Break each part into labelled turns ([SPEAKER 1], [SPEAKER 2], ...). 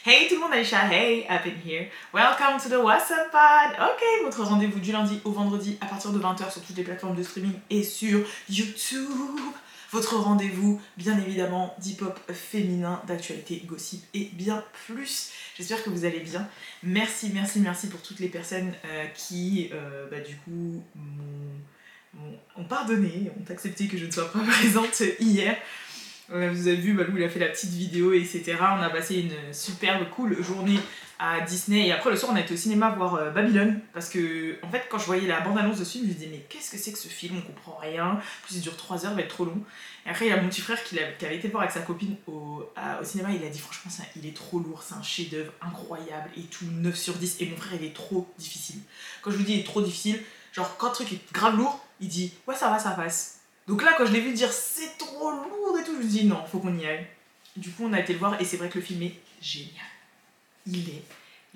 [SPEAKER 1] Hey tout le monde, Aïcha, hey, I've been here. Welcome to the WhatsApp Pod. Ok, votre rendez-vous du lundi au vendredi à partir de 20h sur toutes les plateformes de streaming et sur YouTube. Votre rendez-vous, bien évidemment, d'hip-hop féminin, d'actualité, gossip et bien plus. J'espère que vous allez bien. Merci pour toutes les personnes qui, du coup, ont pardonné, ont accepté que je ne sois pas présente hier. Vous avez vu, Balou il a fait la petite vidéo, etc. On a passé une superbe, cool journée à Disney. Et après, le soir, on a été au cinéma voir Babylone. Parce que, en fait, quand je voyais la bande-annonce de ce film, je me disais, mais qu'est-ce que c'est que ce film? On comprend rien. En plus, il dure 3 heures, il va être trop long. Et après, il y a mon petit frère qui avait été voir avec sa copine au cinéma. Il a dit, franchement, il est trop lourd, c'est un chef-d'œuvre incroyable et tout, 9 sur 10. Et mon frère, il est trop difficile. Quand je vous dis, il est trop difficile, genre, quand le truc est grave lourd, il dit, ouais, ça va, ça passe. Donc là, quand je l'ai vu dire c'est trop lourd et tout, je me dis non, faut qu'on y aille. Du coup, on a été le voir et c'est vrai que le film est génial. Il est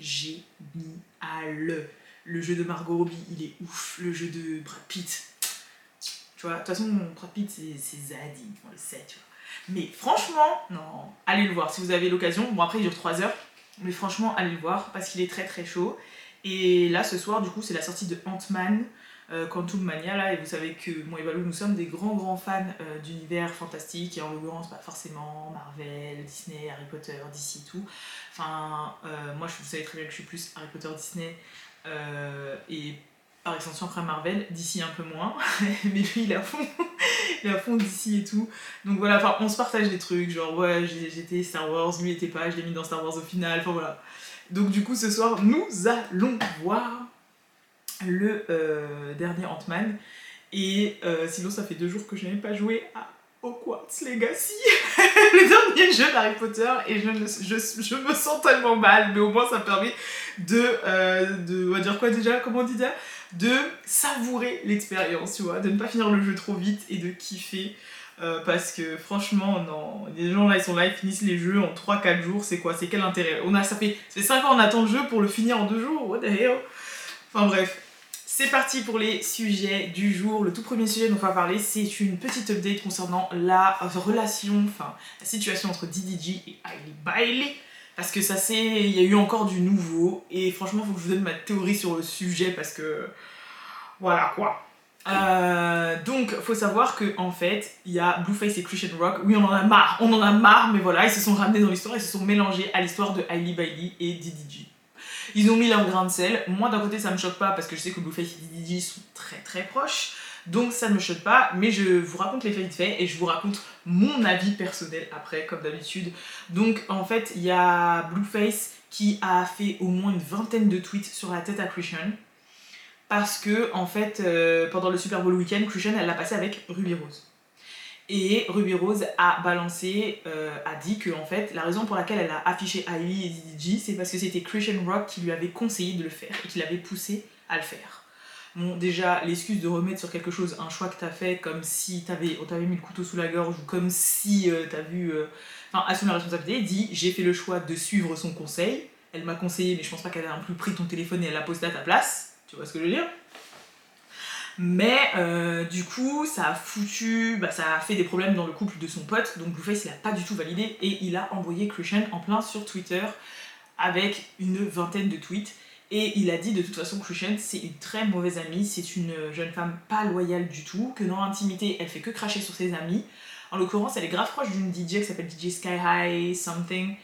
[SPEAKER 1] génial. Le jeu de Margot Robbie, il est ouf. Le jeu de Brad Pitt. Tu vois, de toute façon, Brad Pitt, c'est Zadie, on le sait, tu vois. Mais franchement, non, allez le voir si vous avez l'occasion. Bon, après, il dure 3 heures. Mais franchement, allez le voir parce qu'il est très très chaud. Et là, ce soir, du coup, c'est la sortie de Ant-Man. Quantum Mania là, et vous savez que moi et Balou nous sommes des grands fans d'univers fantastique, et en l'occurrence pas forcément Marvel, Disney, Harry Potter, DC et tout. Enfin, moi vous savez très bien que je suis plus Harry Potter, Disney et par extension après Marvel, DC un peu moins, mais lui il est à fond DC et tout. Donc voilà, enfin on se partage des trucs, genre ouais j'étais Star Wars, lui était pas, je l'ai mis dans Star Wars au final, enfin voilà. Donc du coup ce soir nous allons voir le dernier Ant-Man. Et sinon, ça fait 2 jours que je n'avais pas joué à Hogwarts Legacy, le dernier jeu d'Harry Potter, et je me sens tellement mal, mais au moins ça me permet on va dire quoi déjà, comment on dit déjà, de savourer l'expérience, tu vois, de ne pas finir le jeu trop vite et de kiffer. Parce que franchement, non, les gens là, ils sont là, ils finissent les jeux en 3-4 jours, c'est quoi, c'est quel intérêt? Ça fait 5 ans on attend le jeu pour le finir en 2 jours, what the hell? Enfin bref. C'est parti pour les sujets du jour. Le tout premier sujet dont on va parler, c'est une petite update concernant la relation, enfin la situation entre DDG et Hailey Bailey. Parce que il y a eu encore du nouveau. Et franchement, il faut que je vous donne ma théorie sur le sujet parce que... Voilà quoi. Donc, faut savoir que en fait, il y a Blueface et Christian Rock. Oui, on en a marre, mais voilà, ils se sont ramenés dans l'histoire, ils se sont mélangés à l'histoire de Hailey Bailey et DDG. Ils ont mis leur grain de sel. Moi, d'un côté, ça me choque pas parce que je sais que Blueface et DDG sont très très proches. Donc ça ne me choque pas, mais je vous raconte les faits vite fait et je vous raconte mon avis personnel après, comme d'habitude. Donc en fait, il y a Blueface qui a fait au moins une 20aine de tweets sur la tête à Christian. Parce que, en fait, pendant le Super Bowl week-end, Christian, elle l'a passé avec Ruby Rose. Et Ruby Rose a dit que en fait, la raison pour laquelle elle a affiché Hailey et DDG, c'est parce que c'était Christian Rock qui lui avait conseillé de le faire et qui l'avait poussé à le faire. Bon, déjà, l'excuse de remettre sur quelque chose un choix que t'as fait comme si on t'avait mis le couteau sous la gorge ou comme si t'as vu... Enfin, assume la responsabilité, dit j'ai fait le choix de suivre son conseil, elle m'a conseillé mais je pense pas qu'elle a non plus pris ton téléphone et elle l'a posté à ta place, tu vois ce que je veux dire? Mais du coup, ça a fait des problèmes dans le couple de son pote, donc Blueface il a pas du tout validé et il a envoyé Christian en plein sur Twitter avec une 20aine de tweets. Et il a dit de toute façon Christian c'est une très mauvaise amie, c'est une jeune femme pas loyale du tout, que dans l'intimité elle fait que cracher sur ses amis. En l'occurrence elle est grave proche d'une DJ qui s'appelle DJ Sky High something.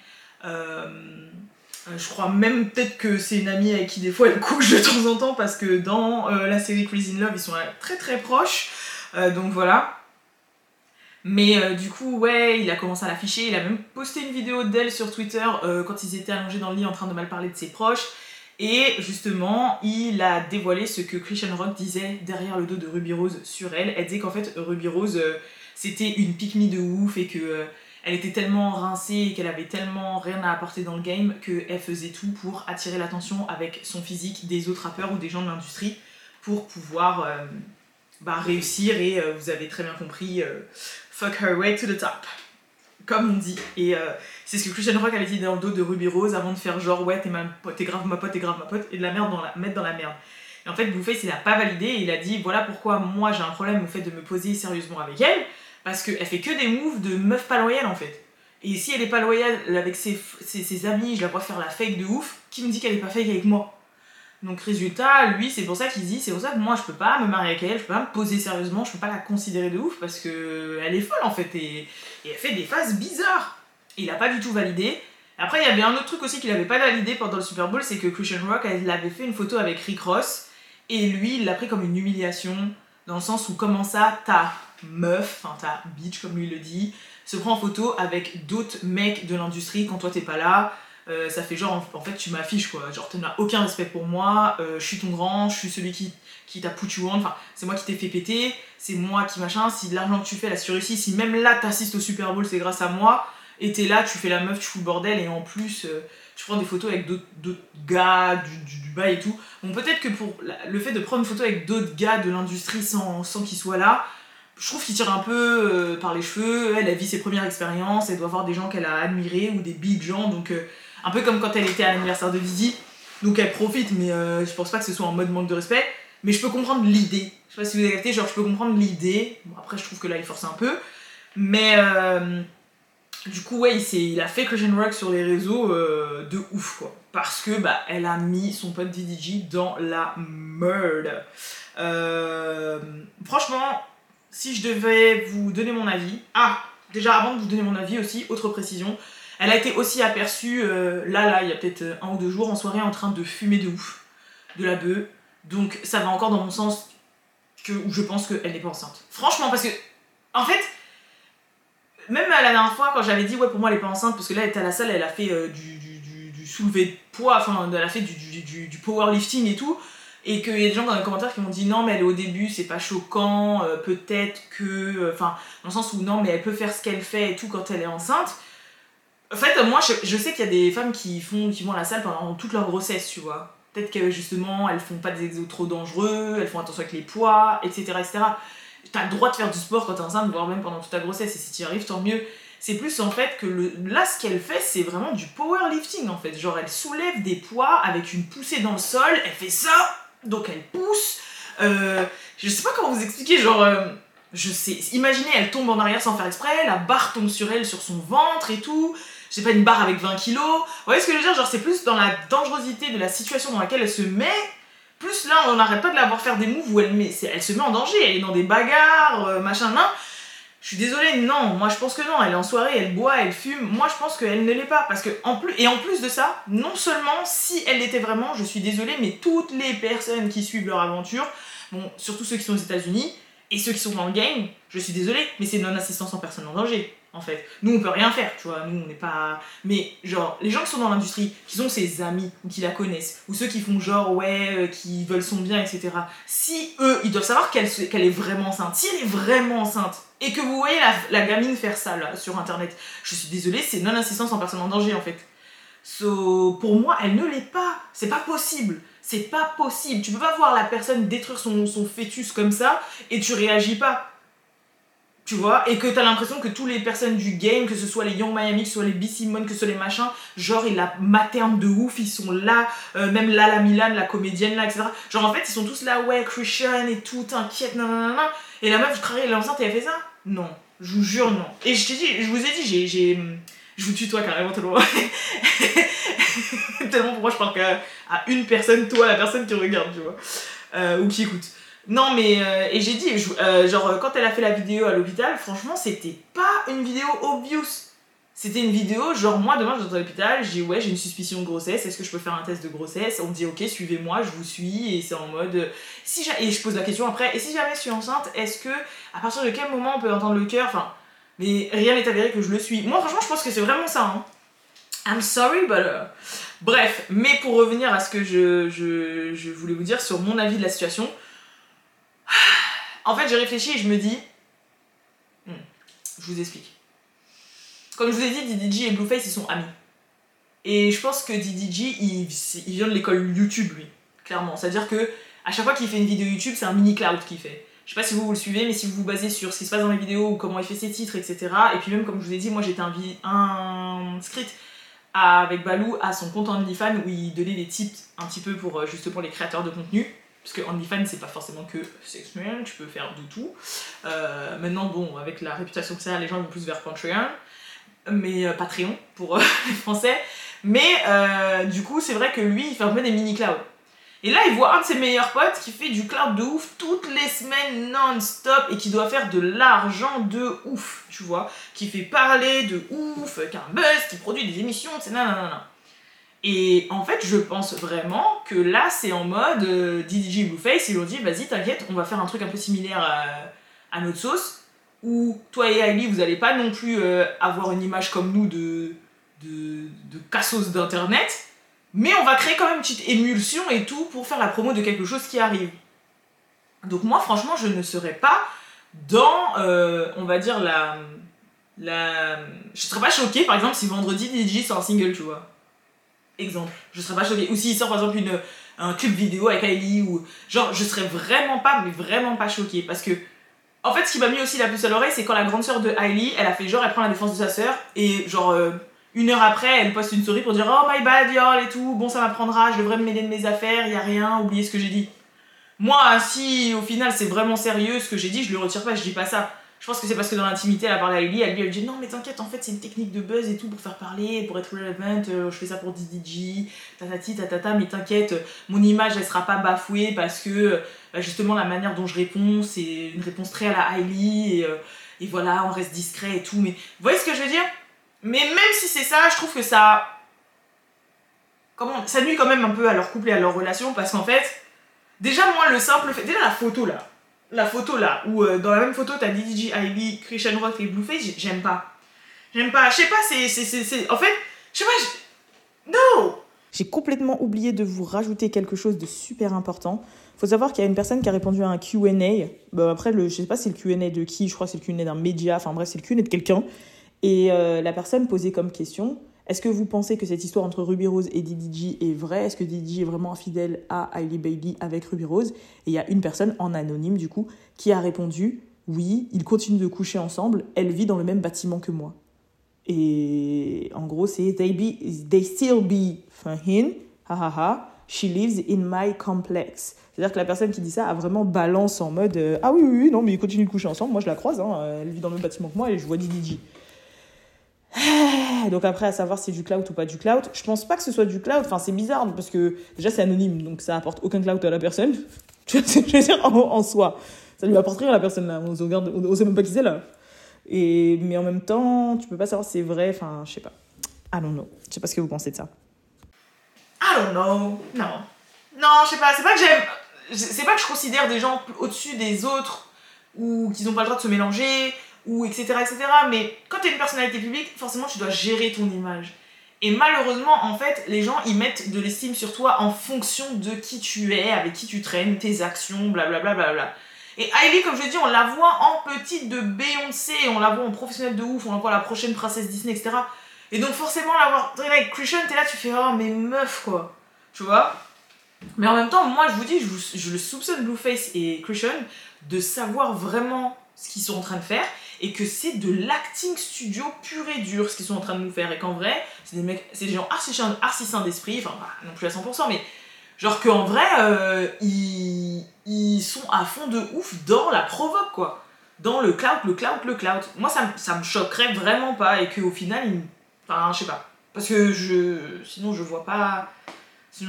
[SPEAKER 1] Je crois même peut-être que c'est une amie avec qui des fois elle couche de temps en temps parce que dans la série Crazy in Love ils sont très très proches, donc voilà. Mais du coup ouais, il a commencé à l'afficher, il a même posté une vidéo d'elle sur Twitter quand ils étaient allongés dans le lit en train de mal parler de ses proches. Et justement, il a dévoilé ce que Christian Rock disait derrière le dos de Ruby Rose sur elle. Elle disait qu'en fait Ruby Rose c'était une pick-me de ouf et que elle était tellement rincée et qu'elle avait tellement rien à apporter dans le game qu'elle faisait tout pour attirer l'attention avec son physique des autres rappeurs ou des gens de l'industrie pour pouvoir réussir et vous avez très bien compris, fuck her way to the top, comme on dit. Et c'est ce que Christian Rock avait dit dans le dos de Ruby Rose avant de faire genre ouais t'es grave ma pote et de la merde mettre dans la merde. Et en fait Blueface il a pas validé et il a dit voilà pourquoi moi j'ai un problème au fait de me poser sérieusement avec elle. Parce qu'elle fait que des moves de meuf pas loyale en fait. Et si elle est pas loyale avec ses amis, je la vois faire la fake de ouf, qui me dit qu'elle est pas fake avec moi? Donc résultat, lui, c'est pour ça qu'il dit, c'est pour ça que moi je peux pas me marier avec elle, je peux pas me poser sérieusement, je peux pas la considérer de ouf parce que elle est folle en fait et elle fait des phases bizarres. Et il a pas du tout validé. Après, il y avait un autre truc aussi qu'il avait pas validé pendant le Super Bowl, c'est que Christian Rock, elle avait fait une photo avec Rick Ross et lui, il l'a pris comme une humiliation dans le sens où comment ça, ta meuf, enfin ta bitch comme lui le dit, se prend en photo avec d'autres mecs de l'industrie quand toi t'es pas là. Ça fait genre, en fait, tu m'affiches quoi. Genre, tu n'as aucun respect pour moi, je suis ton grand, je suis celui qui t'a put you on, enfin, c'est moi qui t'ai fait péter, c'est moi qui machin. Si l'argent que tu fais là, si tu réussis, si même là t'assistes au Super Bowl, c'est grâce à moi, et t'es là, tu fais la meuf, tu fous le bordel, et en plus, tu prends des photos avec d'autres gars du bail et tout. Bon, peut-être que pour le fait de prendre une photo avec d'autres gars de l'industrie sans qu'ils soient là, je trouve qu'il tire un peu par les cheveux. Elle vit ses premières expériences, elle doit voir des gens qu'elle a admirés ou des big gens, donc un peu comme quand elle était à l'anniversaire de Didi, donc elle profite, mais je pense pas que ce soit en mode manque de respect, mais je peux comprendre l'idée. Je sais pas si vous avez capté, genre je peux comprendre l'idée. Bon, après je trouve que là il force un peu, mais du coup ouais, il a fait Christian Rock sur les réseaux de ouf quoi, parce que bah elle a mis son pote DDG dans la merde. Franchement, si je devais vous donner mon avis, déjà avant de vous donner mon avis aussi, autre précision, elle a été aussi aperçue là, il y a peut-être 1 ou 2 jours en soirée en train de fumer de ouf, de la beuh. Donc ça va encore dans mon sens où je pense qu'elle n'est pas enceinte. Franchement, parce que, en fait, même la dernière fois quand j'avais dit ouais pour moi elle est pas enceinte, parce que là elle était à la salle, elle a fait du soulevé de poids, enfin elle a fait du powerlifting et tout, et qu'il y a des gens dans les commentaires qui m'ont dit non mais elle est au début, c'est pas choquant, peut-être que, enfin dans le sens où non mais elle peut faire ce qu'elle fait et tout quand elle est enceinte. En fait, moi, je sais qu'il y a des femmes qui vont à la salle pendant toute leur grossesse, tu vois. Peut-être que justement, elles font pas des exos trop dangereux, elles font attention avec les poids, etc. etc. T'as le droit de faire du sport quand t'es enceinte, voire même pendant toute ta grossesse, et si t'y arrives, tant mieux. C'est plus en fait que là, ce qu'elle fait, c'est vraiment du powerlifting en fait. Genre, elle soulève des poids avec une poussée dans le sol, elle fait ça, donc elle pousse. Je sais pas comment vous expliquer, genre. Je sais, imaginez, elle tombe en arrière sans faire exprès, la barre tombe sur elle, sur son ventre et tout. J'ai pas une barre avec 20 kilos. Vous voyez ce que je veux dire? Genre, c'est plus dans la dangerosité de la situation dans laquelle elle se met. Plus là, on n'arrête pas de la voir faire des moves où elle se met en danger. Elle est dans des bagarres, machin, nan. Je suis désolée, non. Moi, je pense que non. Elle est en soirée, elle boit, elle fume. Moi, je pense qu'elle ne l'est pas. Parce que, en plus de ça, non seulement si elle l'était vraiment, je suis désolée, mais toutes les personnes qui suivent leur aventure, bon, surtout ceux qui sont aux États-Unis et ceux qui sont dans le game, je suis désolée, mais c'est non-assistance en personne en danger. En fait, nous on peut rien faire, tu vois, nous on n'est pas. Mais genre, les gens qui sont dans l'industrie, qui ont ses amis, ou qui la connaissent, ou ceux qui font genre, ouais, qui veulent son bien, etc. Si eux, ils doivent savoir qu'elle est vraiment enceinte, si elle est vraiment enceinte, et que vous voyez la gamine faire ça là, sur internet, je suis désolée, c'est non-assistance en personne en danger en fait. Pour moi, elle ne l'est pas, c'est pas possible. C'est pas possible. Tu peux pas voir la personne détruire son fœtus comme ça et tu réagis pas. Tu vois, et que t'as l'impression que toutes les personnes du game, que ce soit les Young Miami, que ce soit les B. Simone, que ce soit les machins, genre ils la maternent de ouf, ils sont là, même Lala Milan, la comédienne là, etc. Genre en fait, ils sont tous là, ouais, Christian et tout, t'inquiète, nanana. Et la meuf, je croyais, elle est enceinte et elle fait ça? Non, je vous jure, non. Et je vous ai dit, je vous tutoie carrément tellement. Tellement pour moi, je parle qu'à une personne, toi, la personne qui regarde, tu vois, ou qui écoute. Non mais, et j'ai dit, genre quand elle a fait la vidéo à l'hôpital, franchement c'était pas une vidéo obvious. C'était une vidéo, genre moi demain je vais dans l'hôpital, je dis ouais j'ai une suspicion de grossesse, est-ce que je peux faire un test de grossesse? On me dit ok suivez-moi, je vous suis, et c'est en mode, et je pose la question après, et si jamais je suis enceinte, est-ce que, à partir de quel moment on peut entendre le cœur? Enfin, mais rien n'est avéré que je le suis. Moi franchement je pense que c'est vraiment ça, hein. I'm sorry but... Bref, mais pour revenir à ce que je voulais vous dire sur mon avis de la situation, en fait, j'ai réfléchi et je me dis... je vous explique. Comme je vous ai dit, DDG et Blueface, ils sont amis. Et je pense que DDG, il vient de l'école YouTube, lui. Clairement. C'est-à-dire que à chaque fois qu'il fait une vidéo YouTube, c'est un mini-cloud qu'il fait. Je sais pas si vous le suivez, mais si vous vous basez sur ce qui se passe dans les vidéos, ou comment il fait ses titres, etc. Et puis même, comme je vous ai dit, moi j'étais inscrite avec Balou à son compte OnlyFans où il donnait des tips un petit peu pour justement les créateurs de contenu. Parce que OnlyFans, c'est pas forcément que sexuel, tu peux faire de tout. Maintenant, bon, avec la réputation que ça a, les gens vont plus vers Patreon. mais Patreon pour les Français. Mais du coup, c'est vrai que lui, il fait un peu des mini-clouds. Et là, il voit un de ses meilleurs potes qui fait du cloud de ouf toutes les semaines non-stop et qui doit faire de l'argent de ouf, tu vois. Qui fait parler de ouf, qui a un buzz, qui produit des émissions, c'est nanana. Et en fait, je pense vraiment que là, c'est en mode DDG et Blueface, ils lui ont dit, vas-y, t'inquiète, on va faire un truc un peu similaire à notre sauce, où toi et Hailey, vous allez pas non plus avoir une image comme nous de cassos d'internet, mais on va créer quand même une petite émulsion et tout pour faire la promo de quelque chose qui arrive. Donc moi, franchement, je ne serais pas dans, on va dire, je serais pas choquée, par exemple, si vendredi, DDG sort un single, tu vois. Exemple. Je serais pas choquée. Ou s'il sort, par exemple, un clip vidéo avec Hailey, ou... Genre, je serais vraiment pas, mais vraiment pas choquée. Parce que, en fait, ce qui m'a mis aussi la puce à l'oreille, c'est quand la grande sœur de Hailey, elle a fait genre, elle prend la défense de sa sœur, et genre... une heure après, elle poste une story pour dire oh my bad y'all et tout, bon ça m'apprendra, je devrais me mêler de mes affaires, y a rien, oubliez ce que j'ai dit. Moi, si au final c'est vraiment sérieux ce que j'ai dit, je le retire pas, je dis pas ça. Je pense que c'est parce que dans l'intimité, elle a parlé à Ellie, elle dit non mais t'inquiète, en fait c'est une technique de buzz et tout pour faire parler, pour être relevant, je fais ça pour DDG, tatati tatata, mais t'inquiète, mon image elle sera pas bafouée parce que justement la manière dont je réponds, c'est une réponse très à la Hailey et voilà, on reste discret et tout, mais vous voyez ce que je veux dire? Mais même si c'est ça, je trouve que ça nuit quand même un peu à leur couple et à leur relation parce qu'en fait, déjà moi le simple fait, déjà la photo là, où dans la même photo t'as DDG, Hailey, Christian Rock et Blueface, j'aime pas. J'aime pas, je sais pas, en fait, je sais pas, non.
[SPEAKER 2] J'ai complètement oublié de vous rajouter quelque chose de super important. Faut savoir qu'il y a une personne qui a répondu à un Q&A. Bon, après, je sais pas si c'est le Q&A de qui, je crois que c'est le Q&A d'un média, enfin bref, c'est le Q&A de quelqu'un. Et la personne posait comme question, est-ce que vous pensez que cette histoire entre Ruby Rose et DDG est vraie? Est-ce que DDG est vraiment infidèle à Hailey Bailey avec Ruby Rose? Et il y a une personne en anonyme, du coup, qui a répondu, oui, ils continuent de coucher ensemble, elle vit dans le même bâtiment que moi. Et en gros, c'est they still be fucking, hahaha, she lives in my complex. C'est-à-dire que la personne qui dit ça a vraiment balance en mode ah oui, non, mais ils continuent de coucher ensemble, moi je la croise, hein, elle vit dans le même bâtiment que moi et je vois DDG. Donc après, à savoir si c'est du clout ou pas du clout, je pense pas que ce soit du clout, enfin c'est bizarre parce que déjà c'est anonyme donc ça apporte aucun clout à la personne. Tu vois ce que je veux dire en soi, ça lui apporte rien à la personne là, on sait même pas qui c'est là. Mais en même temps, tu peux pas savoir si c'est vrai, enfin je sais pas. I don't know, je sais pas ce que vous pensez de ça.
[SPEAKER 1] I don't know, non, je sais pas, c'est pas que je considère des gens au-dessus des autres ou qu'ils ont pas le droit de se mélanger ou etc. Mais quand t'es une personnalité publique, forcément tu dois gérer ton image. Et malheureusement, en fait, les gens ils mettent de l'estime sur toi en fonction de qui tu es, avec qui tu traînes, tes actions, blablabla. Et Hailey, comme je l'ai dit, on la voit en petite de Beyoncé, on la voit en professionnelle de ouf, on la voit la prochaine princesse Disney, etc. Et donc forcément, la voir traîner avec Christian, t'es là, tu fais oh mais meuf quoi, tu vois. Mais en même temps, moi je vous dis, je le soupçonne Blueface et Christian de savoir vraiment ce qu'ils sont en train de faire et que c'est de l'acting studio pur et dur ce qu'ils sont en train de nous faire et qu'en vrai, c'est des mecs, c'est des gens archi sains d'esprit, enfin pas non plus à 100%, mais genre qu'en vrai, ils sont à fond de ouf dans la provoque quoi. Dans le clout. Moi ça me choquerait vraiment pas et qu'au final, enfin je sais pas. Parce que sinon je vois pas... Je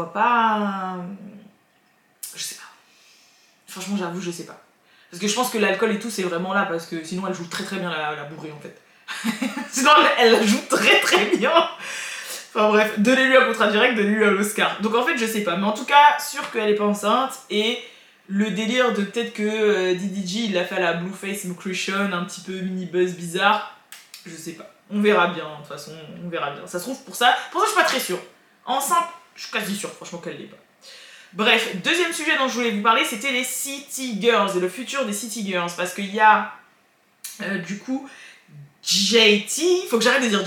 [SPEAKER 1] sais pas. Franchement, j'avoue, je sais pas. Parce que je pense que l'alcool et tout, c'est vraiment là, parce que sinon, elle joue très très bien la bourrée, en fait. Sinon, elle la joue très très bien. Enfin bref, donnez-lui un contrat direct, donnez-lui un Oscar. Donc en fait, je sais pas. Mais en tout cas, sûr qu'elle est pas enceinte. Et le délire de peut-être que DDG, il l'a fait à la Blueface Christian, un petit peu mini-buzz bizarre. Je sais pas. On verra bien, de toute façon, on verra bien. Ça se trouve, pour ça, je suis pas très sûre. Enceinte, je suis quasi sûre, franchement, qu'elle l'est pas. Bref, deuxième sujet dont je voulais vous parler, c'était les City Girls et le futur des City Girls. Parce qu'il y a, du coup, JT, faut que j'arrête de dire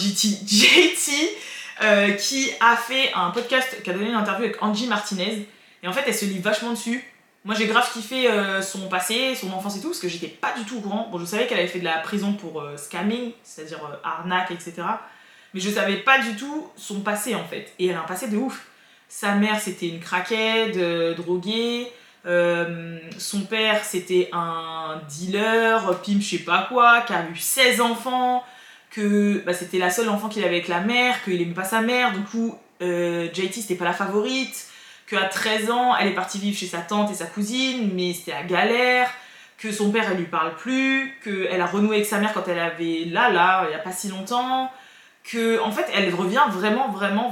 [SPEAKER 1] JT, qui a fait un podcast, qui a donné une interview avec Angie Martinez. Et en fait, elle se livre vachement dessus. Moi, j'ai grave kiffé son passé, son enfance et tout, parce que j'étais pas du tout au courant. Bon, je savais qu'elle avait fait de la prison pour scamming, c'est-à-dire arnaque, etc. Mais je savais pas du tout son passé, en fait. Et elle a un passé de ouf. Sa mère, c'était une craquette, droguée. Son père, c'était un dealer, pimp, je sais pas quoi, qui a eu 16 enfants. que c'était la seule enfant qu'il avait avec la mère, qu'il aimait pas sa mère, du coup JT c'était pas la favorite, qu'à 13 ans elle est partie vivre chez sa tante et sa cousine, mais c'était la galère, que son père elle lui parle plus, qu'elle a renoué avec sa mère quand elle avait il y a pas si longtemps, que en fait elle revient vraiment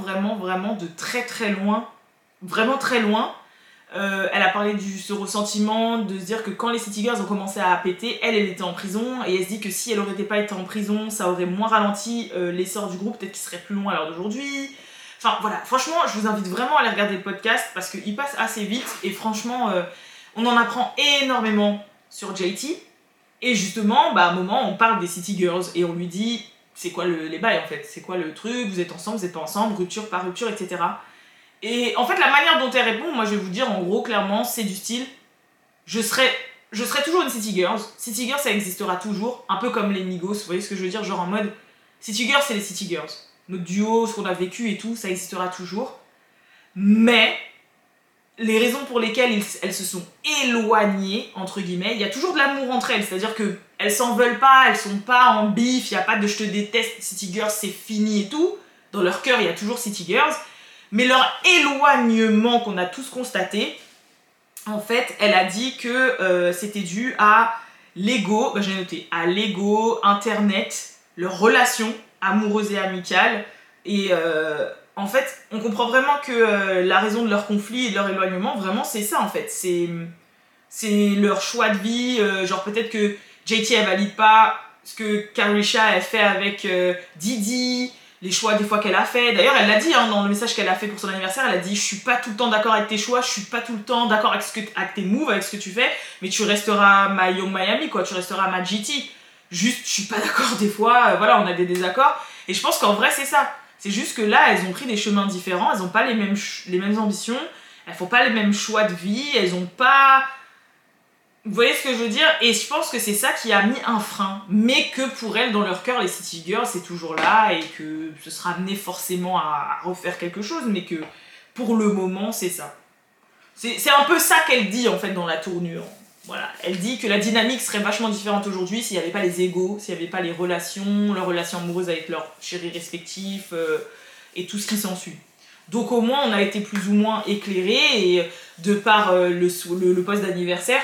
[SPEAKER 1] de très très loin, vraiment très loin. Elle a parlé de ce ressentiment, de se dire que quand les City Girls ont commencé à péter, elle était en prison, et elle se dit que si elle aurait pas été en prison, ça aurait moins ralenti l'essor du groupe, peut-être qu'il serait plus loin à l'heure d'aujourd'hui. Enfin voilà, franchement, je vous invite vraiment à aller regarder le podcast, parce qu'il passe assez vite, et franchement, on en apprend énormément sur JT, et justement, à un moment, on parle des City Girls, et on lui dit, c'est quoi les bails en fait, c'est quoi le truc, vous êtes ensemble, vous êtes pas ensemble, rupture, pas rupture, etc. Et en fait, la manière dont elle répond, moi je vais vous dire en gros, clairement, c'est du style je serai toujours une City Girls. City Girls, ça existera toujours, un peu comme les Migos, vous voyez ce que je veux dire? Genre en mode City Girls, c'est les City Girls. Notre duo, ce qu'on a vécu et tout, ça existera toujours. Mais les raisons pour lesquelles elles se sont éloignées, entre guillemets, il y a toujours de l'amour entre elles, c'est-à-dire qu'elles s'en veulent pas, elles sont pas en bif, il n'y a pas de je te déteste, City Girls, c'est fini et tout. Dans leur cœur, il y a toujours City Girls. Mais leur éloignement qu'on a tous constaté, en fait, elle a dit que c'était dû à l'ego, j'ai noté, à l'ego, internet, leur relation amoureuse et amicale. Et en fait, on comprend vraiment que la raison de leur conflit et de leur éloignement, vraiment, c'est ça en fait. C'est leur choix de vie, genre peut-être que JT elle valide pas ce que Carisha elle fait avec Didi, les choix des fois qu'elle a fait. D'ailleurs, elle l'a dit dans le message qu'elle a fait pour son anniversaire, elle a dit « Je suis pas tout le temps d'accord avec tes choix, je suis pas tout le temps d'accord avec, avec tes moves, avec ce que tu fais, mais tu resteras ma Young Miami, quoi, tu resteras ma GT. Juste, je suis pas d'accord des fois, voilà, on a des désaccords. » Et je pense qu'en vrai, c'est ça. C'est juste que là, elles ont pris des chemins différents, elles ont pas les mêmes ambitions, elles font pas les mêmes choix de vie, elles ont pas... Vous voyez ce que je veux dire? Et je pense que c'est ça qui a mis un frein. Mais que pour elles, dans leur cœur, les City Girls, c'est toujours là et que ce sera amené forcément à refaire quelque chose, mais que pour le moment, c'est ça. C'est un peu ça qu'elle dit en fait dans la tournure. Voilà. Elle dit que la dynamique serait vachement différente aujourd'hui s'il n'y avait pas les égos, s'il n'y avait pas les relations, leurs relations amoureuses avec leurs chéris respectifs et tout ce qui s'ensuit. Donc au moins, on a été plus ou moins éclairés et de par le poste d'anniversaire,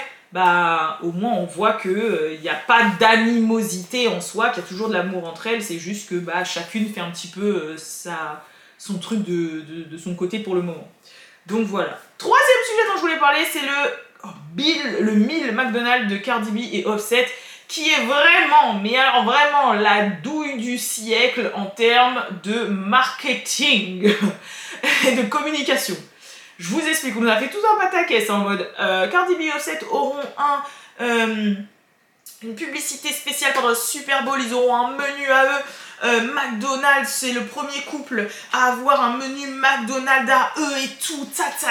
[SPEAKER 1] au moins on voit que y a pas d'animosité en soi, qu'il y a toujours de l'amour entre elles, c'est juste que chacune fait un petit peu son truc de son côté pour le moment. Donc voilà. Troisième sujet dont je voulais parler, c'est le meal McDonald's de Cardi B et Offset, qui est vraiment, mais alors vraiment la douille du siècle en termes de marketing et de communication. Je vous explique, on nous a fait tout un pataquès en mode Cardi B et Offset auront une publicité spéciale pendant le Super Bowl, ils auront un menu à eux. McDonald's, c'est le premier couple à avoir un menu McDonald's à eux et tout,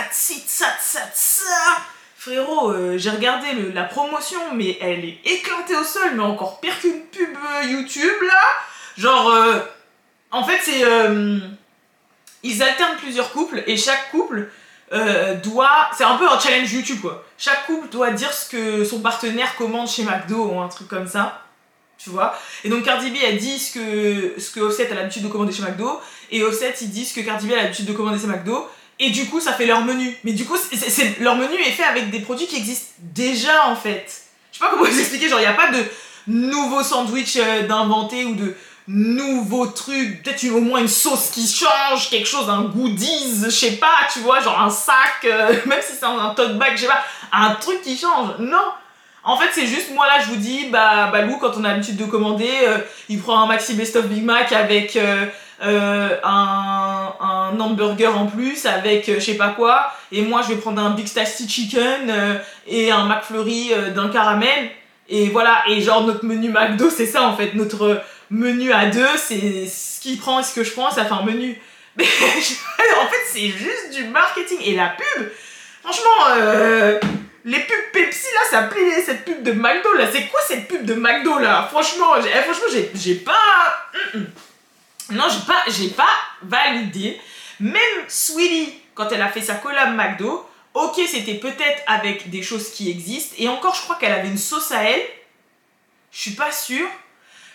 [SPEAKER 1] Frérot, j'ai regardé la promotion, mais elle est éclatée au sol, mais encore pire qu'une pub YouTube là. Genre, en fait, c'est ils alternent plusieurs couples et chaque couple c'est un peu un challenge YouTube quoi. Chaque couple doit dire ce que son partenaire commande chez McDo ou un truc comme ça, tu vois. Et donc Cardi B elle dit ce que Offset a l'habitude de commander chez McDo, et Offset ils disent que Cardi B a l'habitude de commander chez McDo, et du coup ça fait leur menu. Mais du coup leur menu est fait avec des produits qui existent déjà en fait. Je sais pas comment vous expliquer, genre il y a pas de nouveau sandwich d'inventer ou de nouveau truc, peut-être au moins une sauce qui change, quelque chose, un goodies, je sais pas, tu vois, genre un sac, même si c'est un tote bag, je sais pas, un truc qui change. Non. En fait, c'est juste, moi là, je vous dis, Lou, quand on a l'habitude de commander, il prend un Maxi Best of Big Mac avec un hamburger en plus, avec je sais pas quoi, et moi je vais prendre un Big Tasty Chicken et un McFlurry d'un caramel, et voilà, et genre notre menu McDo, c'est ça en fait, notre menu à deux, c'est ce qu'il prend et ce que je prends, ça fait un menu. Mais en fait, c'est juste du marketing. Et la pub, franchement, les pubs Pepsi là, ça plaît, cette pub de McDo là. C'est quoi cette pub de McDo là? Franchement, j'ai pas. Non, j'ai pas validé. Même Sweetie, quand elle a fait sa collab McDo, ok, c'était peut-être avec des choses qui existent. Et encore, je crois qu'elle avait une sauce à elle. Je suis pas sûre.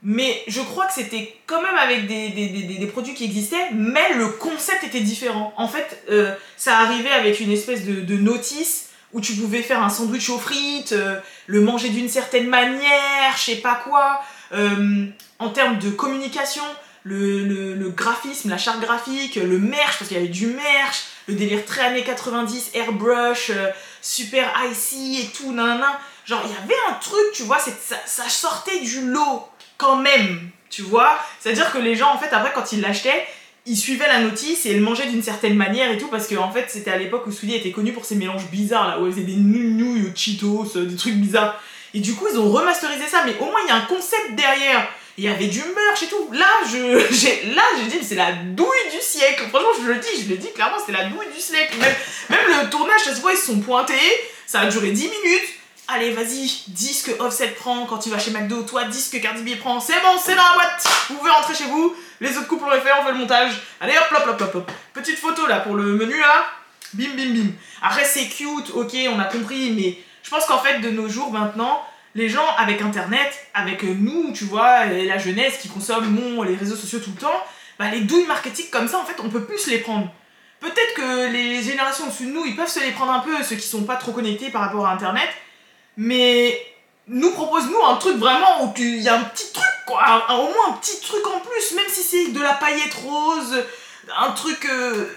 [SPEAKER 1] Mais je crois que c'était quand même avec des produits qui existaient, mais le concept était différent. En fait, ça arrivait avec une espèce de notice où tu pouvais faire un sandwich aux frites, le manger d'une certaine manière, je sais pas quoi. En termes de communication, le graphisme, la charte graphique, le merch, parce qu'il y avait du merch, le délire très années 90, airbrush, super icy et tout, nanana. Genre, il y avait un truc, tu vois, ça sortait du lot. Quand même, tu vois. C'est-à-dire que les gens, en fait, après, quand ils l'achetaient, ils suivaient la notice et ils le mangeaient d'une certaine manière et tout, parce que, en fait, c'était à l'époque où Sully était connu pour ses mélanges bizarres, là, où elle faisait des nouilles, Cheetos, des trucs bizarres. Et du coup, ils ont remasterisé ça, mais au moins, il y a un concept derrière. Il y avait du merch et tout. Là, j'ai dit, c'est la douille du siècle. Franchement, je le dis clairement, c'était la douille du siècle. Même le tournage, cette fois, ils se sont pointés. Ça a duré 10 minutes. Allez, vas-y, dis ce que Offset prend quand il va chez McDo, toi dis ce que Cardi B prend, c'est bon, c'est dans la boîte, vous pouvez rentrer chez vous, les autres couples l'ont fait, on fait le montage, allez hop. Petite photo là pour le menu là, bim bim bim. Après c'est cute, ok, on a compris, mais je pense qu'en fait de nos jours maintenant, les gens avec internet, avec nous, tu vois, et la jeunesse qui consomme les réseaux sociaux tout le temps, bah les douilles marketing comme ça en fait on peut plus se les prendre. Peut-être que les générations au-dessus de nous, ils peuvent se les prendre un peu, ceux qui sont pas trop connectés par rapport à internet, mais propose-nous un truc vraiment où il y a un petit truc quoi, au moins un petit truc en plus, même si c'est de la paillette rose, un truc,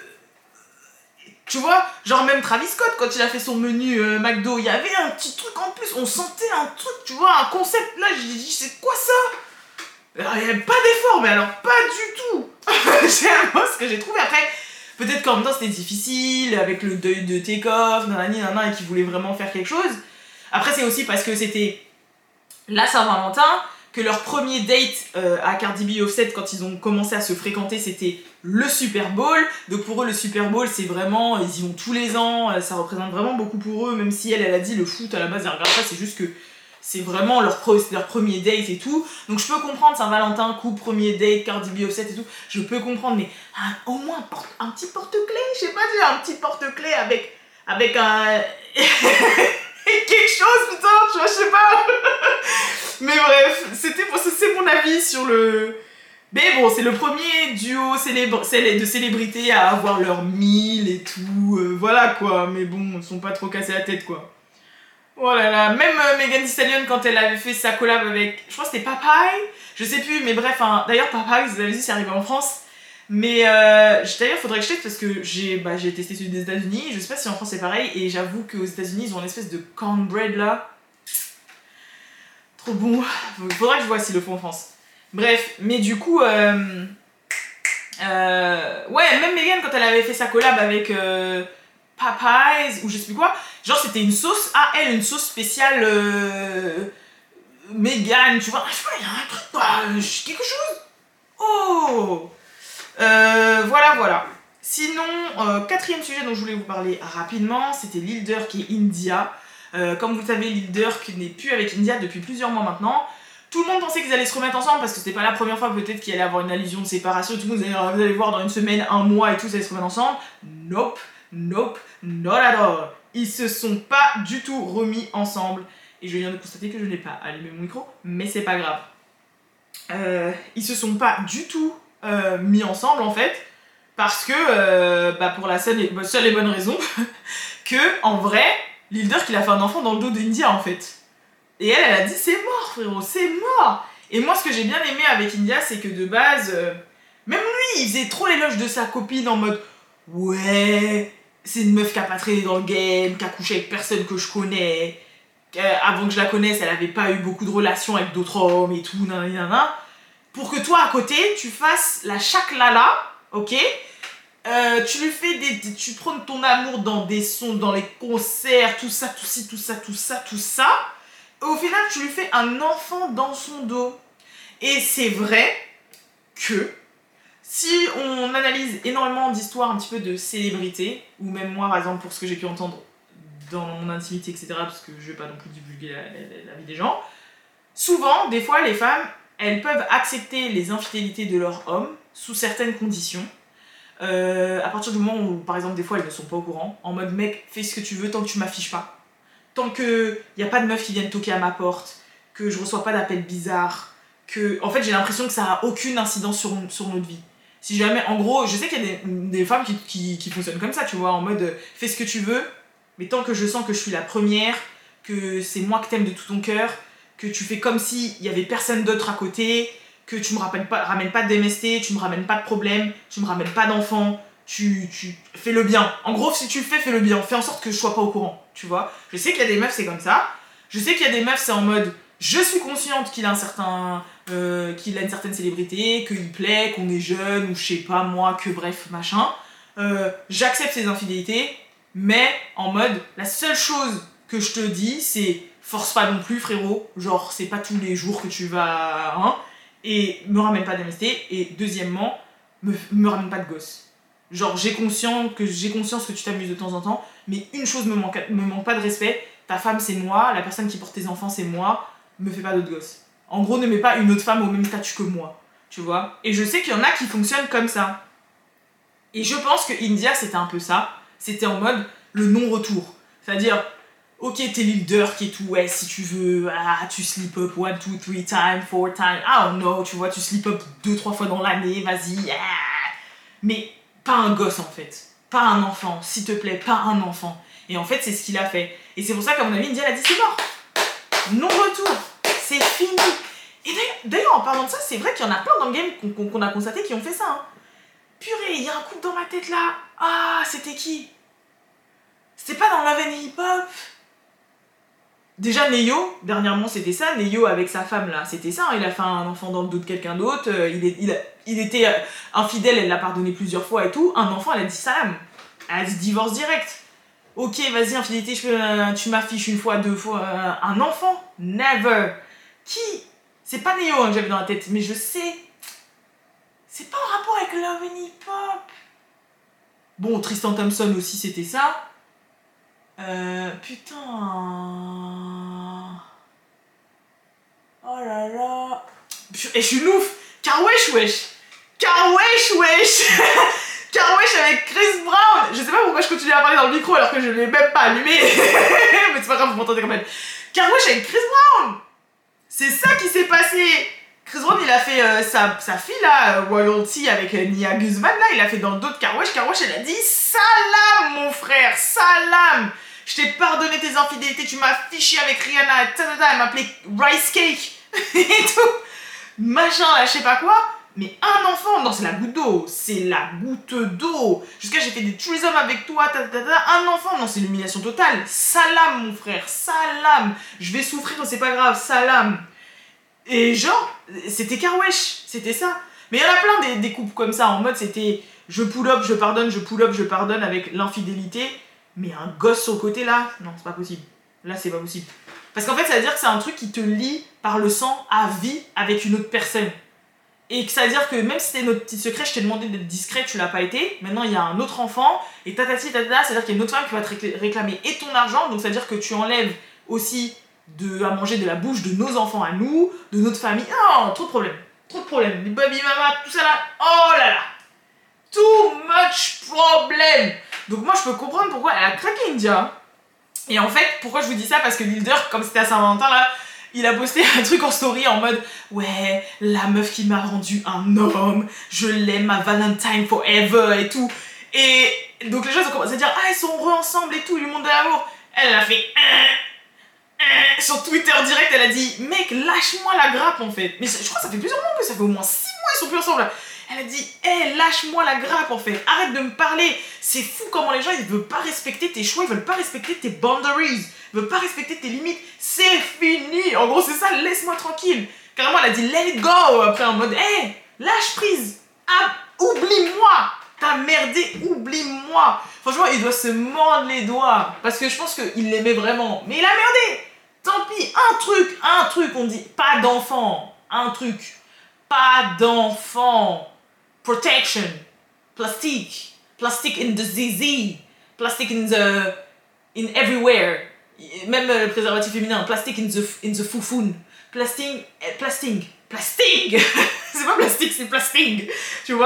[SPEAKER 1] tu vois, genre même Travis Scott quand il a fait son menu McDo, il y avait un petit truc en plus, on sentait un truc, tu vois, un concept là, j'ai dit c'est quoi ça? Alors, il n'y avait pas d'effort, mais alors pas du tout. C'est moi ce que j'ai trouvé. Après, peut-être qu'en même temps c'était difficile, avec le deuil de Takeoff, nanani, nanana, et qu'ils voulaient vraiment faire quelque chose. Après, c'est aussi parce que c'était la Saint-Valentin, que leur premier date à Cardi B et Offset, quand ils ont commencé à se fréquenter, c'était le Super Bowl. Donc pour eux, le Super Bowl, c'est vraiment, ils y vont tous les ans, ça représente vraiment beaucoup pour eux, même si elle a dit le foot à la base, elle regarde pas, c'est juste que c'est vraiment leur premier date et tout. Donc je peux comprendre Saint-Valentin, couple, premier date, Cardi B, Offset et tout, je peux comprendre, mais au moins un petit porte-clés, je sais pas, un petit porte-clés avec un... quelque chose, putain, tu vois, je sais pas. Mais bref, c'est mon avis sur le... Mais bon, c'est le premier duo de célébrités à avoir leur 1000 et tout, voilà quoi. Mais bon, ils sont pas trop cassés la tête quoi. Oh là là, même Megan Thee Stallion quand elle avait fait sa collab avec, je crois que c'était Popeye, je sais plus, mais bref, d'ailleurs Popeye, vous avez vu, c'est arrivé en France. Mais d'ailleurs, faudrait que je teste parce que j'ai testé celui des États-Unis. Je sais pas si en France c'est pareil. Et j'avoue qu'aux États-Unis, ils ont une espèce de cornbread là. Trop bon. Faudra que je vois s'ils le font en France. Bref, mais du coup, ouais, même Megan quand elle avait fait sa collab avec Popeyes ou je sais plus quoi, genre c'était une sauce une sauce spéciale Megan, tu vois. Je sais pas, il y a un truc quoi, quelque chose. Oh. Voilà. Sinon, quatrième sujet dont je voulais vous parler rapidement, c'était Lil Durk et India. Comme vous le savez, Lil Durk n'est plus avec India depuis plusieurs mois maintenant. Tout le monde pensait qu'ils allaient se remettre ensemble parce que c'était pas la première fois peut-être qu'il allait avoir une allusion de séparation. Tout le monde vous allez voir dans une semaine, un mois et tout, ils allaient se remettre ensemble. Nope, not at all. Ils se sont pas du tout remis ensemble. Et je viens de constater que je n'ai pas allumé mon micro, mais c'est pas grave. Ils se sont pas du tout mis ensemble en fait parce que pour la seule et bonne raison que en vrai Lil Durk il a fait un enfant dans le dos d'India en fait et elle a dit c'est mort frérot, c'est mort. Et moi ce que j'ai bien aimé avec India c'est que de base même lui il faisait trop l'éloge de sa copine en mode ouais c'est une meuf qui a pas traîné dans le game, qui a couché avec personne que je connais, avant que je la connaisse elle avait pas eu beaucoup de relations avec d'autres hommes et tout nanana. Pour que toi à côté tu fasses la chaklala, ok, tu lui fais tu prônes ton amour dans des sons, dans les concerts, tout ça, et au final tu lui fais un enfant dans son dos. Et c'est vrai que si on analyse énormément d'histoires un petit peu de célébrités, ou même moi par exemple pour ce que j'ai pu entendre dans mon intimité etc, parce que je vais pas non plus divulguer la vie des gens, souvent des fois les femmes elles peuvent accepter les infidélités de leur homme sous certaines conditions. À partir du moment où, par exemple, des fois elles ne sont pas au courant, en mode mec, fais ce que tu veux tant que tu m'affiches pas. Tant qu'il n'y a pas de meufs qui viennent toquer à ma porte, que je reçois pas d'appels bizarres, que, en fait, j'ai l'impression que ça a aucune incidence sur notre vie. Si jamais, en gros, je sais qu'il y a des femmes qui fonctionnent comme ça, tu vois, en mode fais ce que tu veux, mais tant que je sens que je suis la première, que c'est moi que t'aimes de tout ton cœur, que tu fais comme s'il y avait personne d'autre à côté, que tu me ramènes pas de MST, tu me ramènes pas de problème, tu me ramènes pas d'enfants, tu fais le bien. En gros, si tu le fais le bien, fais en sorte que je sois pas au courant, tu vois. Je sais qu'il y a des meufs, c'est comme ça. Je sais qu'il y a des meufs, c'est en mode je suis consciente qu'il a qu'il a une certaine célébrité, qu'il plaît, qu'on est jeune, ou je sais pas moi, que bref, machin. J'accepte ses infidélités, mais en mode, la seule chose que je te dis, c'est force pas non plus, frérot. Genre, c'est pas tous les jours que tu vas... Hein, et me ramène pas d'MST. Et deuxièmement, me ramène pas de gosse. Genre, j'ai conscience que tu t'amuses de temps en temps, mais une chose me manque pas de respect. Ta femme, c'est moi. La personne qui porte tes enfants, c'est moi. Me fais pas d'autres gosses. En gros, ne mets pas une autre femme au même statut que moi. Tu vois. Et je sais qu'il y en a qui fonctionnent comme ça. Et je pense que India, c'était un peu ça. C'était en mode le non-retour. C'est-à-dire, ok, t'es leader qui est tout, ouais, si tu veux, tu slip up 1, 2, 3 times, 4 times, I don't know, tu vois, tu slip up 2-3 fois dans l'année, vas-y, mais pas un gosse en fait, pas un enfant, s'il te plaît, pas un enfant. Et en fait, c'est ce qu'il a fait. Et c'est pour ça qu'à mon avis, India, elle a dit c'est mort. Non-retour, c'est fini. Et d'ailleurs, en parlant de ça, c'est vrai qu'il y en a plein dans le game qu'on a constaté qui ont fait ça. Hein. Purée, il y a un couple dans ma tête là. Ah, c'était qui? C'était pas dans Love and Hip Hop? Déjà, Neyo, dernièrement, c'était ça. Neyo avec sa femme là, c'était ça. Hein. Il a fait un enfant dans le dos de quelqu'un d'autre. Il était infidèle, elle l'a pardonné plusieurs fois et tout. Un enfant, elle a dit salam. Elle a dit divorce direct. Ok, vas-y, infidélité, tu m'affiches une fois, 2 fois. Un enfant? Never. Qui? C'est pas Neyo hein, que j'avais dans la tête, mais je sais. C'est pas en rapport avec Love and Hip Hop. Bon, Tristan Thompson aussi, c'était ça. Putain. Oh là là. Et je suis ouf. Karwesh, wesh. Karwesh, wesh. Karwesh avec Chris Brown. Je sais pas pourquoi je continue à parler dans le micro alors que je l'ai même pas allumé. Mais c'est pas grave, vous m'entendez quand même. Karwesh avec Chris Brown. C'est ça qui s'est passé. Chris Brown, il a fait sa fille là, Royalty avec Nia Guzman là, il a fait dans le dos de Karwesh. Karwesh, elle a dit salam mon frère, salam. Je t'ai pardonné tes infidélités, tu m'as fiché avec Rihanna, elle m'appelait Rice Cake et tout. Machin là, je sais pas quoi. Mais un enfant, non, c'est la goutte d'eau. C'est la goutte d'eau. Jusqu'à j'ai fait des threesomes avec toi, un enfant, non, c'est l'humiliation totale. Salam mon frère, salam. Je vais souffrir, c'est pas grave, salam. Et genre, c'était Karwesh, c'était ça. Mais il y en a plein des couples comme ça, en mode c'était je pull up, je pardonne, je pull up, je pardonne avec l'infidélité. Mais un gosse sur le côté là, non, c'est pas possible. Là, c'est pas possible. Parce qu'en fait, ça veut dire que c'est un truc qui te lie par le sang à vie avec une autre personne. Et que ça veut dire que même si c'était notre petit secret, je t'ai demandé d'être discret, tu l'as pas été. Maintenant, il y a un autre enfant, et tatati, tatata, c'est-à-dire qu'il y a une autre femme qui va te réclamer et ton argent, donc ça veut dire que tu enlèves aussi à manger de la bouche de nos enfants à nous, de notre famille. Non, trop de problèmes. Trop de problèmes. Les baby mama, tout ça là. Oh là là. Too much problem. Donc moi, je peux comprendre pourquoi elle a craqué India. Et en fait, pourquoi je vous dis ça? Parce que Leader, comme c'était à Saint-Valentin là, il a posté un truc en story en mode ouais, la meuf qui m'a rendu un homme, je l'aime, ma Valentine forever et tout. Et donc les gens ont commencé à dire ah, ils sont heureux ensemble et tout, du monde de l'amour. Elle a fait sur Twitter direct, elle a dit mec, lâche-moi la grappe en fait. Mais je crois que ça fait plusieurs mois, ça fait au moins 6 mois ils sont plus ensemble là. Elle a dit hey, lâche-moi la grappe en fait, arrête de me parler. C'est fou comment les gens ils veulent pas respecter tes choix, ils veulent pas respecter tes boundaries, ils veulent pas respecter tes limites. C'est fini. En gros c'est ça, laisse-moi tranquille. Carrément elle a dit let it go après en mode hey, lâche prise. Ah, oublie-moi. T'as merdé, oublie-moi. Franchement il doit se mordre les doigts parce que je pense qu'il l'aimait vraiment. Mais il a merdé. Tant pis, un truc, on dit pas d'enfant, un truc, pas d'enfant, protection, plastique in the ZZ, plastique in everywhere, même le préservatif féminin, plastique in the foufoune, plastique, c'est pas plastique, c'est plastique, tu vois.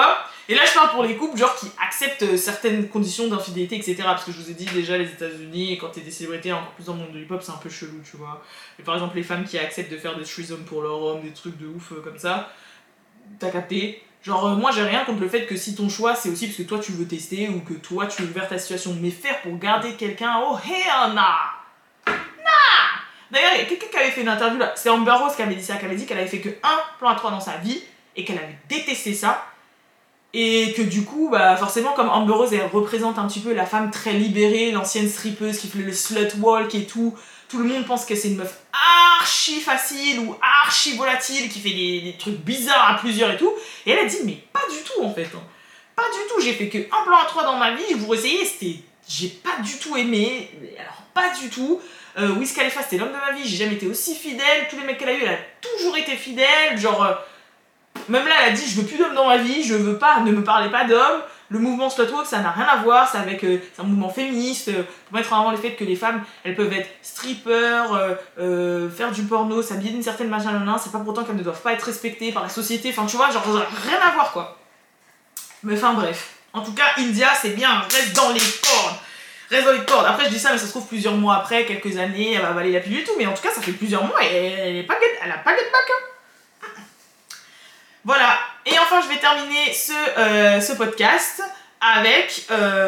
[SPEAKER 1] Et là, je parle pour les couples, genre, qui acceptent certaines conditions d'infidélité, etc. Parce que je vous ai dit déjà, les États-Unis, quand t'es des célébrités, encore plus dans le monde de hip-hop, c'est un peu chelou, tu vois. Et par exemple, les femmes qui acceptent de faire des threesomes pour leur homme, des trucs de ouf comme ça, t'as capté. Genre, moi, j'ai rien contre le fait que si ton choix, c'est aussi parce que toi, tu veux tester ou que toi, tu veux ouvrir ta situation. Mais faire pour garder quelqu'un, oh hell nah! D'ailleurs, il y a quelqu'un qui avait fait une interview là, c'est Amber Rose qui avait dit ça, qui avait dit qu'elle avait fait que un plan à 3 dans sa vie et qu'elle avait détesté ça. Et que du coup, bah forcément, comme Amber Rose, elle représente un petit peu la femme très libérée, l'ancienne strippeuse qui fait le slut walk et tout. Tout le monde pense que c'est une meuf archi facile ou archi volatile qui fait des trucs bizarres à plusieurs et tout. Et elle a dit, mais pas du tout en fait. Hein. Pas du tout, j'ai fait que un plan à 3 dans ma vie, je vous essayez, c'était. J'ai pas du tout aimé. Alors, pas du tout. Wiz Khalifa, c'était l'homme de ma vie, j'ai jamais été aussi fidèle. Tous les mecs qu'elle a eu, elle a toujours été fidèle. Genre, même là, elle a dit je veux plus d'hommes dans ma vie, je veux pas, ne me parlez pas d'hommes. Le mouvement Slutwalk, ça n'a rien à voir, c'est avec. C'est un mouvement féministe pour mettre en avant le fait que les femmes, elles peuvent être strippers, faire du porno, s'habiller d'une certaine manière, c'est pas pour autant qu'elles ne doivent pas être respectées par la société. Enfin, tu vois, genre, rien à voir quoi. Mais enfin, bref. En tout cas, India, c'est bien, reste dans les cordes. Reste dans les cordes. Après, je dis ça, mais ça se trouve plusieurs mois après, quelques années, elle va avaler la pilule et tout. Mais en tout cas, ça fait plusieurs mois et elle a pas get back. Hein. Voilà. Et enfin, je vais terminer ce podcast avec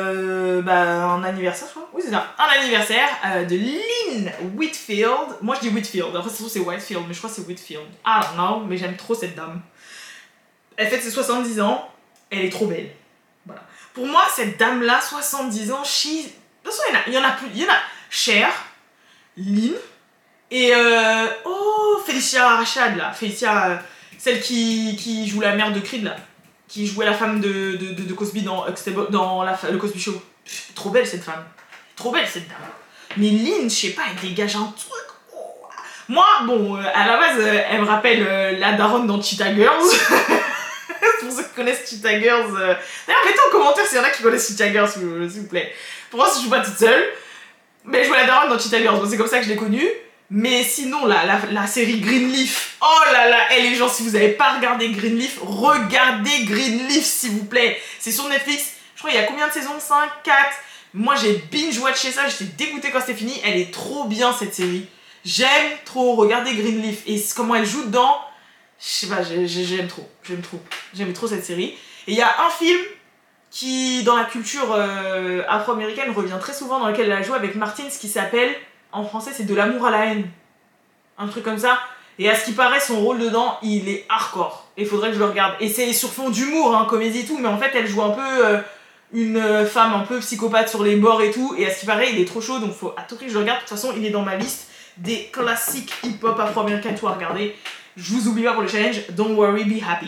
[SPEAKER 1] un anniversaire, je crois. Oui, c'est ça. Un anniversaire de Lynn Whitfield. Moi, je dis Whitfield. Après, ça se trouve, c'est Whitefield, mais je crois que c'est Whitfield. Ah non, mais j'aime trop cette dame. Elle fête ses 70 ans. Elle est trop belle. Voilà. Pour moi, cette dame-là, 70 ans, de toute façon, il y en a plus. Il y en a Cher, Lynn, et Félicia Rachad, là. Félicia, celle qui joue la mère de Creed, là. Qui jouait la femme de Cosby dans le Cosby Show. Trop belle, cette femme. Trop belle, cette dame. Mais Lynn, je sais pas, elle dégage un truc. Oh. Moi, bon, à la base, elle me rappelle la daronne dans Cheetah Girls. Pour ceux qui connaissent Cheetah Girls. D'ailleurs, mettez en commentaire s'il y en a qui connaissent Cheetah Girls, s'il vous plaît. Pour moi, je joue pas toute seule. Mais je joue la daronne dans Cheetah Girls. Bon, c'est comme ça que je l'ai connue. Mais sinon, la série Greenleaf. Oh là là, les gens, si vous avez pas regardé Greenleaf, regardez Greenleaf, s'il vous plaît. C'est sur Netflix. Je crois qu'il y a combien de saisons 5, 4. Moi, j'ai binge-watché ça. J'étais dégoûtée quand c'était fini. Elle est trop bien, cette série. J'aime trop. Regardez Greenleaf. Et comment elle joue dedans. Je sais pas, j'aime trop. J'aime trop cette série. Et il y a un film qui, dans la culture afro-américaine, revient très souvent, dans lequel elle a joué avec Martins, qui s'appelle, en français, c'est De l'amour à la haine. Un truc comme ça. Et à ce qui paraît, son rôle dedans, il est hardcore. Et il faudrait que je le regarde. Et c'est sur fond d'humour, hein, comédie et tout, mais en fait, elle joue un peu une femme un peu psychopathe sur les bords et tout. Et à ce qui paraît, il est trop chaud, donc faut à tout prix que je le regarde. De toute façon, il est dans ma liste des classiques hip-hop afro-américains et tout à regarder. Je vous oublie pas pour le challenge, don't worry, be happy.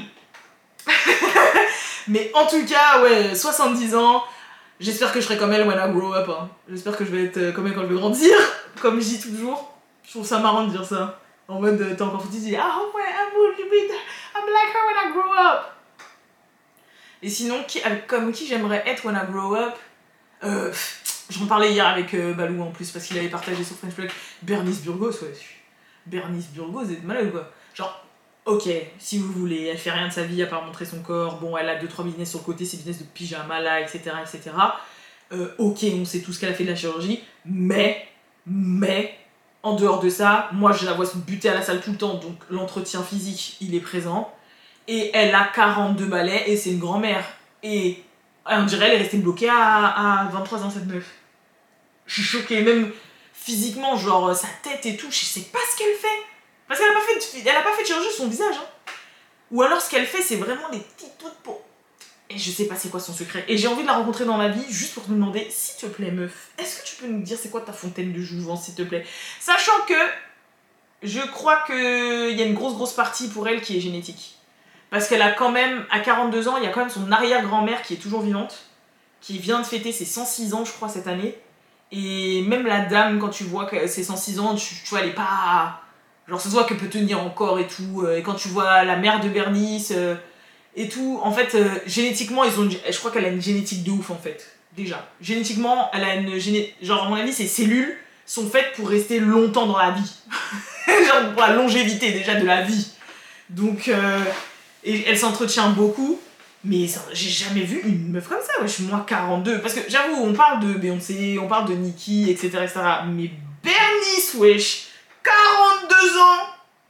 [SPEAKER 1] Mais en tout cas, ouais, 70 ans, j'espère que je serai comme elle when I grow up. Hein. J'espère que je vais être comme elle quand je vais grandir, comme je dis toujours. Je trouve ça marrant de dire ça. En mode, t'es encore foutu, tu dis, ah ouais, I'm like her when I grow up. Et sinon, comme qui j'aimerais être when I grow up j'en parlais hier avec Balou en plus, parce qu'il avait partagé sur French Plug. Bernice Burgos, ouais. Bernice Burgos, vous êtes malade ou quoi? Genre, ok, si vous voulez, elle fait rien de sa vie à part montrer son corps, bon, elle a 2-3 business sur le côté, ses business de pyjama là, etc. Ok, on sait tout ce qu'elle a fait de la chirurgie, mais, en dehors de ça, moi je la vois se buter à la salle tout le temps, donc l'entretien physique, il est présent, et elle a 42 balais, et c'est une grand-mère, et on dirait elle est restée bloquée à 23 ans, cette meuf. Je suis choquée, même physiquement, genre sa tête et tout, je sais pas ce qu'elle fait. Parce qu'elle a pas fait de chirurgie sur son visage. Hein. Ou alors ce qu'elle fait, c'est vraiment des petits trucs pour... Et je sais pas c'est quoi son secret. Et j'ai envie de la rencontrer dans ma vie, juste pour te demander, s'il te plaît meuf, est-ce que tu peux nous dire c'est quoi ta fontaine de jouvence, s'il te plaît? Sachant que, je crois qu'il y a une grosse partie pour elle qui est génétique. Parce qu'elle a quand même, à 42 ans, il y a quand même son arrière-grand-mère qui est toujours vivante, qui vient de fêter ses 106 ans, je crois, cette année. Et même la dame, quand tu vois que c'est 106 ans, tu vois, elle est pas... Genre, ça se voit qu'elle peut tenir encore et tout. Et quand tu vois la mère de Bernice et tout, en fait, génétiquement, je crois qu'elle a une génétique de ouf, en fait. Déjà. Génétiquement, elle a une génétique... Genre, à mon avis, ses cellules sont faites pour rester longtemps dans la vie. Genre, pour la longévité, déjà, de la vie. Donc, et elle s'entretient beaucoup. Mais j'ai jamais vu une meuf comme ça, wesh, moi 42. Parce que j'avoue, on parle de Beyoncé, on parle de Nicki, etc. Mais Bernice, wesh, 42 ans.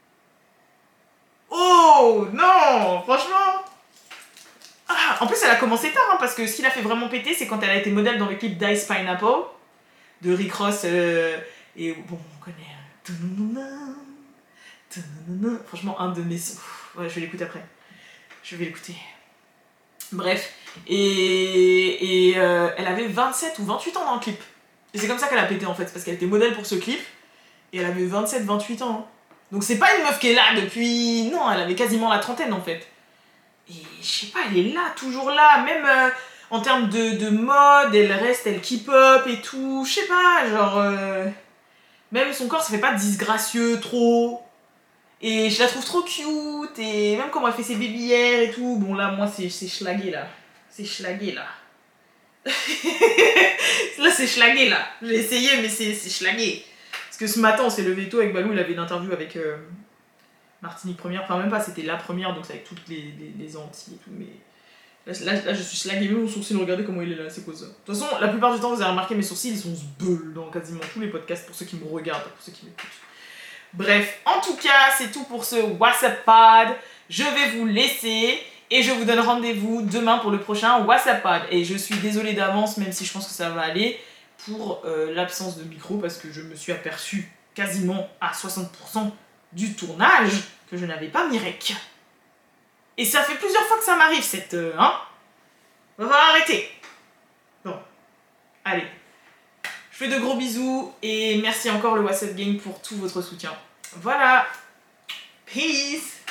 [SPEAKER 1] Oh non, franchement. Ah, en plus, elle a commencé tard, hein, parce que ce qui l'a fait vraiment péter, c'est quand elle a été modèle dans le clip d'Ice Pineapple de Rick Ross. Et bon, on connaît. Franchement, un de mes sons. Ouais, je vais l'écouter après. Je vais l'écouter. Bref. Et elle avait 27 ou 28 ans dans le clip. Et c'est comme ça qu'elle a pété en fait, parce qu'elle était modèle pour ce clip. Et elle avait 27-28 ans. Hein. Donc c'est pas une meuf qui est là depuis... Non, elle avait quasiment la trentaine en fait. Et je sais pas, elle est là, toujours là. Même en termes de mode, elle keep up et tout. Je sais pas, genre... Même son corps, ça fait pas disgracieux trop. Et je la trouve trop cute. Et même comment elle fait ses baby hairs et tout. Bon là, moi, c'est schlagué là. C'est schlagué là. Là, c'est schlagué là. J'ai essayé, mais c'est schlagué. Parce que ce matin, on s'est levé tôt avec Balou. Il avait une interview avec Martinique Première. Enfin, même pas, c'était la première, donc c'est avec toutes les Antilles et tout. Mais là, je suis schlagué. Même mon sourcil, regardez comment il est là. C'est quoi ça? De toute façon, la plupart du temps, vous avez remarqué, mes sourcils, ils sont sbeuls dans quasiment tous les podcasts pour ceux qui me regardent, pour ceux qui m'écoutent. Bref, en tout cas, c'est tout pour ce WhatsApp Pod. Je vais vous laisser et je vous donne rendez-vous demain pour le prochain WhatsApp Pod. Et je suis désolée d'avance, même si je pense que ça va aller, pour l'absence de micro, parce que je me suis aperçue quasiment à 60% du tournage que je n'avais pas mis rec. Et ça fait plusieurs fois que ça m'arrive, cette... hein. On va arrêter. Bon, allez. Je fais de gros bisous et merci encore le WhatsApp Gang pour tout votre soutien. Voilà. Peace.